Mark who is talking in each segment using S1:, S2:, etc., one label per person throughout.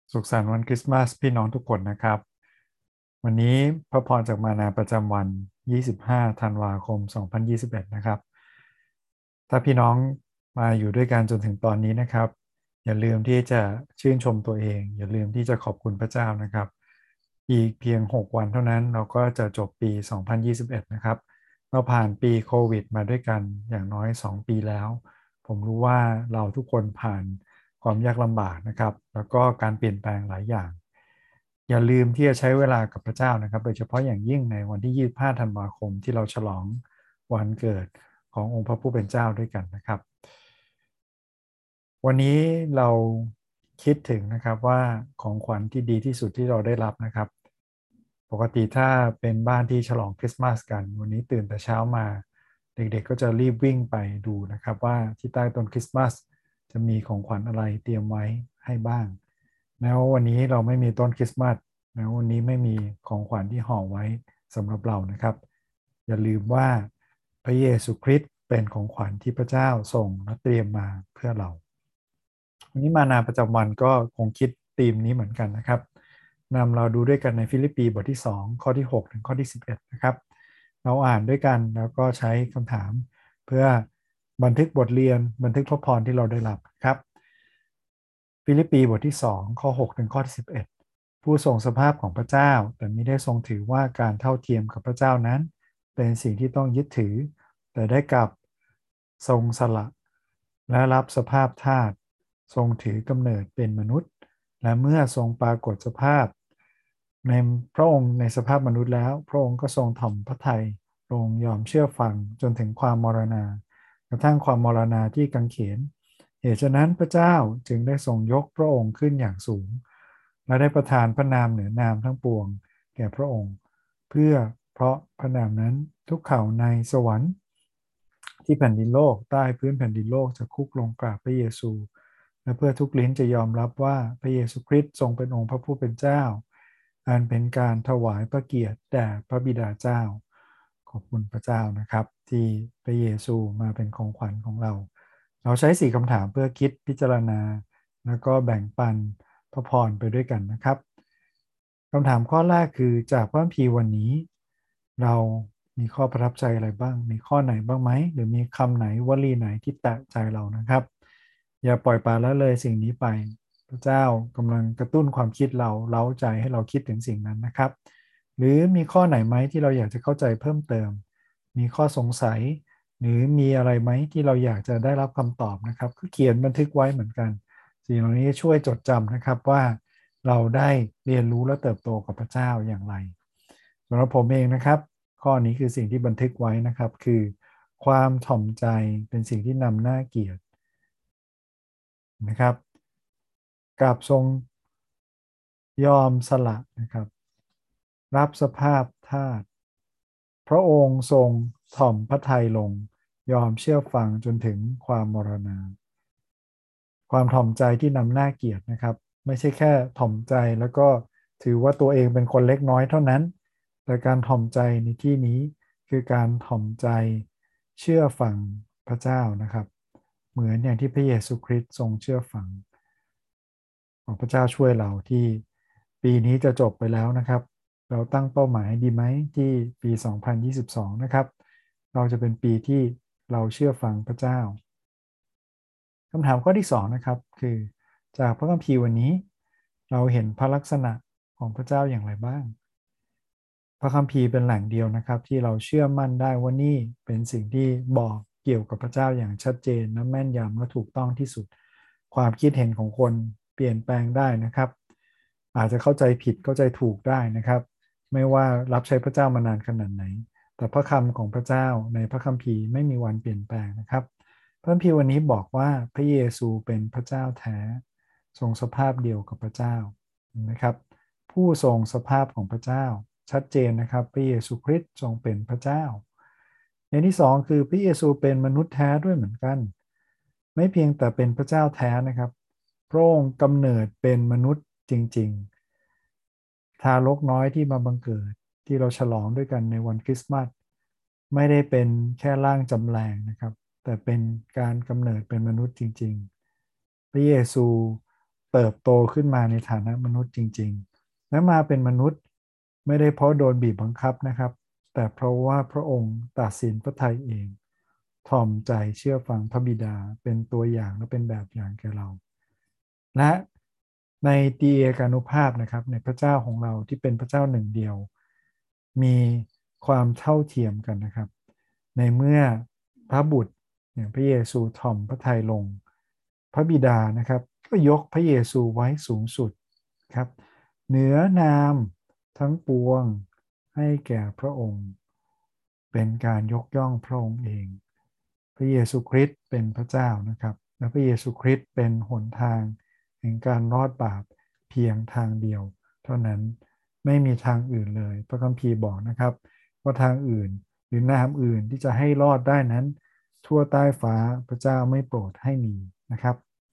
S1: สุขสันต์วันคริสต์มาสพี่น้องทุกคนนะครับวันนี้พระพรจากมานาประจำวัน25ธันวาคม2021นะครับถ้าพี่น้องมาอยู่ด้วยกันจนถึงตอนนี้นะครับอย่าลืมที่จะชื่นชมตัวเองอย่าลืมที่จะขอบคุณพระเจ้านะครับอีกเพียง6วันเท่านั้นเราก็จะจบปี2021นะครับเราผ่านปีโควิดมาด้วยกันอย่างน้อย2ปีแล้วผมรู้ว่าเราทุกคนผ่านความยากลำบากนะครับแล้วก็การเปลี่ยนแปลงหลายอย่างอย่าลืมที่จะใช้เวลากับพระเจ้านะครับโดยเฉพาะอย่างยิ่งในวันที่25ธันวาคมที่เราฉลองวันเกิดขององค์พระผู้เป็นเจ้าด้วยกันนะครับวันนี้เราคิดถึงนะครับว่าของขวัญที่ดีที่สุดที่เราได้รับนะครับปกติถ้าเป็นบ้านที่ฉลองคริสต์มาสกันวันนี้ตื่นแต่เช้ามาเด็กๆก็จะรีบวิ่งไปดูนะครับว่าที่ใต้ต้นคริสต์มาสจะมีของขวัญอะไรเตรียมไว้ให้บ้างแล้ววันนี้เราไม่มีต้นคริสต์มาสแล้ววันนี้ไม่มีของขวัญที่ห่อไว้สำหรับเรานะครับอย่าลืมว่าพระเยซูคริสต์เป็นของขวัญที่พระเจ้าส่งและเตรียมมาเพื่อเรา วันนี้มานาประจำวันก็คงคิดธีมนี้เหมือนกันนะครับนำเราดูด้วยกันในฟิลิปปีบทที่2ข้อที่6ถึงข้อที่11นะครับเราอ่านด้วยกันแล้วก็ใช้คำถามเพื่อบันทึกบทเรียนบันทึกพระพรที่เราได้รับครับฟิลิปปีบทที่2ข้อ6ถึงข้อที่11ผู้ทรงสภาพของพระเจ้าแต่ไม่ได้ทรงถือว่าการเท่าเทียมกับพระเจ้านั้นเป็นสิ่งที่ต้องยึดถือแต่ได้กลับทรงสละและรับสภาพทาส ทรงถือกำเนิดเป็นมนุษย์และเมื่อทรงปรากฏสภาพในพระองค์ในสภาพมนุษย์แล้วพระองค์ก็ทรงถ่อมพระทัยทรงยอมเชื่อฟังจนถึงความมรณากระทั่งความมรณาที่กังเขนเหตุฉะนั้นพระเจ้าจึงได้ทรงยกพระองค์ขึ้นอย่างสูงและได้ประทานพระนามเหนือนามทั้งปวงแก่พระองค์เพื่อเพราะพระนามนั้นทุกเข่าในสวรรค์ที่แผ่นดินโลกใต้พื้นแผ่นดินโลกจะคุกลงกราบพระเยซู และเพื่อทุกลิ้นจะยอมรับว่าพระเยซูคริสต์ทรงเป็นองค์พระผู้เป็นเจ้าอันเป็นการถวายพระเกียรติแด่พระบิดาเจ้าขอบคุณพระเจ้านะครับที่พระเยซูมาเป็นของขวัญของเราเราใช้4คำถามเพื่อคิดพิจารณาแล้วก็แบ่งปันพระพรไปด้วยกันนะครับคำถามข้อแรกคือจากพระคัมภีร์วันนี้เรามีข้อประทับใจอะไรบ้างมีข้อไหนบ้างไหมหรือมีคำไหนวลีไหนที่แตะใจเรานะครับ อย่าปล่อยปละละเลยสิ่งนี้ไปพระเจ้ากำลังกระตุ้นความคิดเราเร้าใจให้เราคิดถึงสิ่งนั้นนะครับหรือมีข้อไหนไหมที่เราอยากจะเข้าใจเพิ่มเติมมีข้อสงสัยหรือมีอะไรไหมที่เราอยากจะได้รับคำตอบนะครับก็เขียนบันทึกไว้เหมือนกันสิ่งเหล่านี้ช่วยจดจำนะครับว่าเราได้เรียนรู้และเติบโตกับพระเจ้าอย่างไรสำหรับผมเองนะครับข้อนี้คือสิ่งที่บันทึกไว้นะครับคือความถ่อมใจเป็นสิ่งที่นำหน้าเกียรติ นะครับกับทรงยอมสละนะครับรับสภาพทาสพระองค์ทรงถ่อมพระทัยลงยอมเชื่อฟังจนถึงความมรณาความถ่อมใจที่นำหน้าเกียรตินะครับไม่ใช่แค่ถ่อมใจแล้วก็ถือว่าตัวเองเป็นคนเล็กน้อยเท่านั้นแต่การถ่อมใจในที่นี้คือการถ่อมใจเชื่อฟังพระเจ้านะครับเหมือนอย่างที่พระเยซูคริสต์ทรงเชื่อฟัง ขอพระเจ้าช่วยเราที่ปีนี้จะจบไปแล้วนะครับเราตั้งเป้าหมายดีไหมที่ปี2022นะครับเราจะเป็นปีที่เราเชื่อฟังพระเจ้าคำถามข้อที่2นะครับคือจากพระคัมภีร์วันนี้เราเห็นพระลักษณะของพระเจ้าอย่างไรบ้างพระคัมภีร์เป็นแหล่งเดียวนะครับที่เราเชื่อมั่นได้ว่านี่เป็นสิ่งที่บอกเกี่ยวกับพระเจ้าอย่างชัดเจนและแม่นยำและถูกต้องที่สุดความคิดเห็นของคนเปลี่ยนแปลงได้นะครับ อาจจะเข้าใจผิดเข้าใจถูกได้นะครับไม่ว่ารับใช้พระเจ้ามานานขนาดไหนแต่พระคำของพระเจ้าในพระคัมภีร์ไม่มีวันเปลี่ยนแปลงนะครับพระคัมภีร์วันนี้บอกว่าพระเยซูเป็นพระเจ้าแท้ทรงสภาพเดียวกับพระเจ้านะครับผู้ทรงสภาพของพระเจ้าชัดเจนนะครับพระเยซูคริสต์ทรงเป็นพระเจ้าในที่สองคือพระเยซูเป็นมนุษย์แท้ด้วยเหมือนกันไม่เพียงแต่เป็นพระเจ้าแท้นะครับพระองค์กำเนิดเป็นมนุษย์จริงๆทารกน้อยที่มาบังเกิดที่เราฉลองด้วยกันในวันคริสต์มาสไม่ได้เป็นแค่ร่างจำแรงนะครับแต่เป็นการกำเนิดเป็นมนุษย์จริงๆพระเยซูเติบโตขึ้นมาในฐานะมนุษย์จริงๆและมาเป็นมนุษย์ไม่ได้เพราะโดนบีบบังคับนะครับแต่เพราะว่าพระองค์ตัดสินพระทัยเองถ่อมใจเชื่อฟังพระบิดาเป็นตัวอย่างและเป็นแบบอย่างแก่เราและในตรีเอกานุภาพนะครับในพระเจ้าของเราที่เป็นพระเจ้าหนึ่งเดียวมีความเท่าเทียมกันนะครับในเมื่อพระบุตรอย่างพระเยซูถ่อมพระทัยลงพระบิดานะครับก็ยกพระเยซูไว้สูงสุดครับเหนือนามทั้งปวงให้แก่พระองค์เป็นการยกย่องพระองค์เองพระเยซูคริสต์เป็นพระเจ้านะครับและพระเยซูคริสต์เป็นหนทางแห่งการรอดบาปเพียงทางเดียวเท่านั้นไม่มีทางอื่นเลยพระคัมภีร์บอกนะครับว่าทางอื่นหรือนามอื่นที่จะให้รอดได้นั้นทั่วใต้ฟ้าพระเจ้าไม่โปรดให้มีนะครับ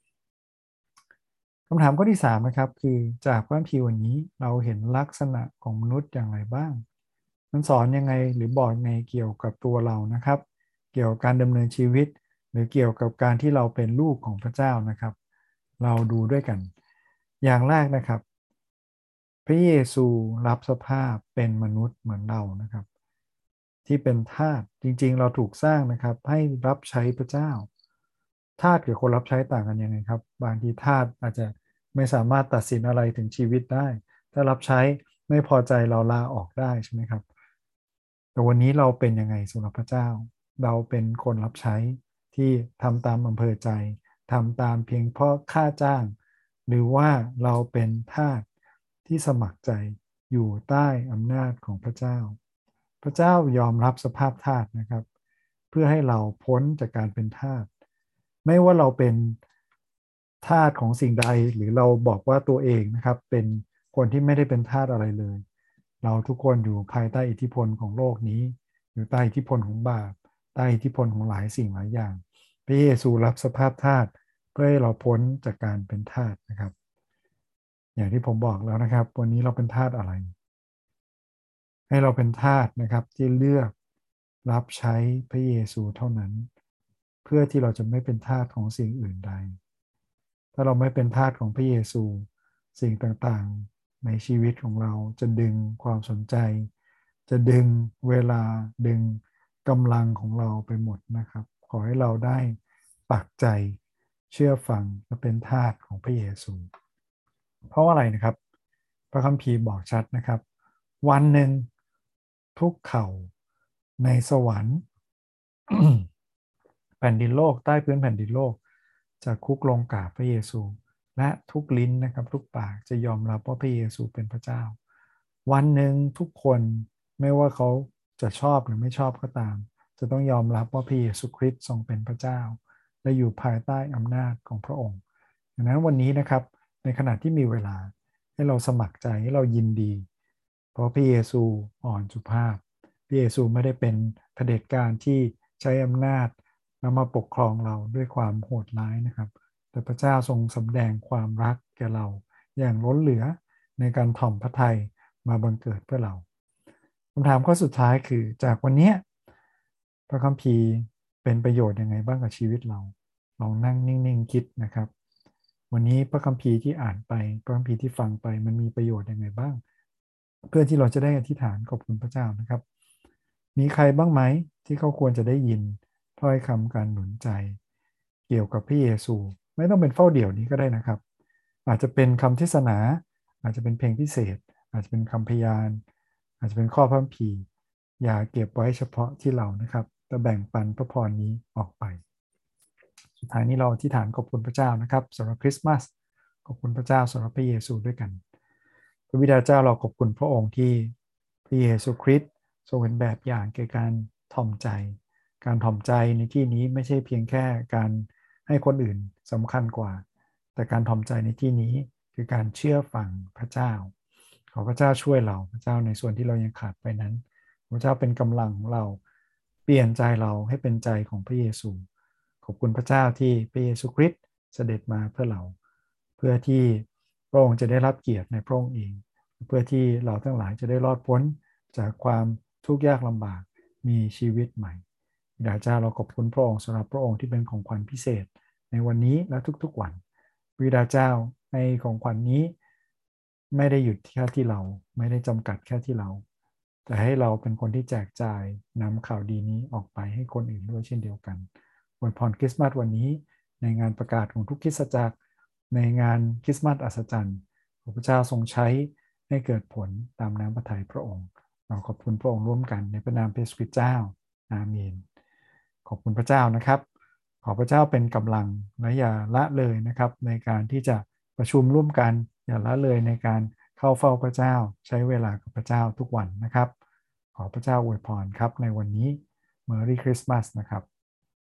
S1: คำถามข้อที่3นะครับคือจากพระคัมภีร์วันนี้เราเห็นลักษณะของมนุษย์อย่างไรบ้างมันสอนยังไงหรือบอกไงเกี่ยวกับตัวเรานะครับเกี่ยวกับการดำเนินชีวิตหรือเกี่ยวกับการที่เราเป็นลูกของพระเจ้านะครับเราดูด้วยกันอย่างแรกนะครับพระเยซูรับสภาพเป็นมนุษย์เหมือนเรานะครับที่เป็นทาสจริงๆเราถูกสร้างนะครับให้รับใช้พระเจ้าทาสกับคนรับใช้ต่างกันยังไงครับบางทีทาสอาจจะไม่สามารถตัดสินอะไรถึงชีวิตได้ถ้ารับใช้ไม่พอใจเราลาออกได้ใช่ไหมครับแต่วันนี้เราเป็นยังไงสำหรับพระเจ้าเราเป็นคนรับใช้ที่ทำตามอำเภอใจทำตามเพียงเพราะค่าจ้างหรือว่าเราเป็นทาสที่สมัครใจอยู่ใต้อำนาจของพระเจ้าพระเจ้ายอมรับสภาพทาสนะครับเพื่อให้เราพ้นจากการเป็นทาสไม่ว่าเราเป็นทาสของสิ่งใดหรือเราบอกว่าตัวเองนะครับเป็นคนที่ไม่ได้เป็นทาสอะไรเลยเราทุกคนอยู่ภายใต้อิทธิพลของโลกนี้อยู่ใต้อิทธิพลของบาปใต้อิทธิพลของหลายสิ่งหลายอย่างพระเยซูรับสภาพทาสเพื่อให้เราพ้นจากการเป็นทาสนะครับอย่างที่ผมบอกแล้วนะครับวันนี้เราเป็นทาสอะไรให้เราเป็นทาสนะครับที่เลือกรับใช้พระเยซูเท่านั้นเพื่อที่เราจะไม่เป็นทาสของสิ่งอื่นใดถ้าเราไม่เป็นทาสของพระเยซูสิ่งต่างๆในชีวิตของเราจะดึงความสนใจจะดึงเวลาดึงกำลังของเราไปหมดนะครับขอให้เราได้ปักใจเชื่อฟังและเป็นทาสของพระเยซูเพราะอะไรนะครับพระคัมภีร์บอกชัดนะครับวันหนึ่งทุกเข่าในสวรรค์ แผ่นดินโลกใต้พื้นแผ่นดินโลกจะคุกลงกราบพระเยซูและทุกลิ้นนะครับทุกปากจะยอมรับว่าพระเยซูเป็นพระเจ้าวันหนึ่งทุกคนไม่ว่าเขาจะชอบหรือไม่ชอบก็ตามจะต้องยอมรับว่าพระเยซูคริสต์ทรงเป็นพระเจ้าและอยู่ภายใต้อำนาจของพระองค์ดังนั้นวันนี้นะครับในขณะที่มีเวลาให้เราสมัครใจให้เรายินดีเพราะพระเยซูอ่อนสุภาพพระเยซูไม่ได้เป็นเผด็จการที่ใช้อำนาจแล้วมาปกครองเราด้วยความโหดร้ายนะครับแต่พระเจ้าทรงสำแดงความรักแก่เราอย่างล้นเหลือในการถ่อมพระทัยมาบังเกิดเพื่อเราคำถามข้อสุดท้ายคือจากวันนี้พระคัมภีร์เป็นประโยชน์ยังไงบ้างกับชีวิตเราลองนั่งนิ่งๆคิดนะครับวันนี้พระคัมภีร์ที่อ่านไปพระคัมภีร์ที่ฟังไปมันมีประโยชน์ยังไงบ้างเพื่อที่เราจะได้อธิษฐานขอบคุณพระเจ้านะครับมีใครบ้างไหมที่เขาควรจะได้ยินถ้อยคำการหนุนใจเกี่ยวกับพระเยซูไม่ต้องเป็นเฝ้าเดี่ยวนี้ก็ได้นะครับอาจจะเป็นคำเทศนาอาจจะเป็นเพลงพิเศษอาจจะเป็นคำพยานอาจจะเป็นข้อพระคัมภีร์อย่าเก็บไว้เฉพาะที่เรานะครับแต่แบ่งปันพระพรนี้ออกไปสุดท้ายนี้เราอธิษฐานขอบคุณพระเจ้านะครับสำหรับคริสต์มาสขอบคุณพระเจ้าสำหรับพระเยซูด้วยกันพระบิดาเจ้าเราขอบคุณพระองค์ที่พระเยซูคริสต์ทรงเป็นแบบอย่างแก่การถ่อมใจการถ่อมใจในที่นี้ไม่ใช่เพียงแค่การให้คนอื่นสำคัญกว่าแต่การถ่อมใจในที่นี้คือการเชื่อฟังพระเจ้าขอพระเจ้าช่วยเราพระเจ้าในส่วนที่เรายังขาดไปนั้นพระเจ้าเป็นกำลังของเราเปลี่ยนใจเราให้เป็นใจของพระเยซูขอบคุณพระเจ้าที่พระเยซูคริสต์เสด็จมาเพื่อเราเพื่อที่พระองค์จะได้รับเกียรติในพระองค์เองเพื่อที่เราทั้งหลายจะได้รอดพ้นจากความทุกข์ยากลำบากมีชีวิตใหม่บิดาเจ้าเราขอบคุณพระองค์สำหรับพระองค์ที่เป็นของขวัญพิเศษในวันนี้และทุกๆวันบิดาเจ้าให้ของขวัญนี้ไม่ได้หยุดแค่ที่เราไม่ได้จำกัดแค่ที่เราแต่ให้เราเป็นคนที่แจกจ่ายนำข่าวดีนี้ออกไปให้คนอื่นด้วยเช่นเดียวกันอวยพรคริสต์มาสวันนี้ในงานประกาศของทุกคริสตจักรในงานคริสต์มาสอัศจรรย์พระเจ้าทรงใช้ให้เกิดผลตามน้ำพระทัยพระองค์เราขอบคุณพระองค์ร่วมกันในพระนามพระเยซูคริสต์เจ้าอาเมนขอบคุณพระเจ้านะครับขอพระเจ้าเป็นกำลังและอย่าละเลยนะครับในการที่จะประชุมร่วมกันอย่าละเลยในการเข้าเฝ้าพระเจ้าใช้เวลากับพระเจ้าทุกวันนะครับขอพระเจ้าอวยพรครับในวันนี้ Merry Christmas นะครับ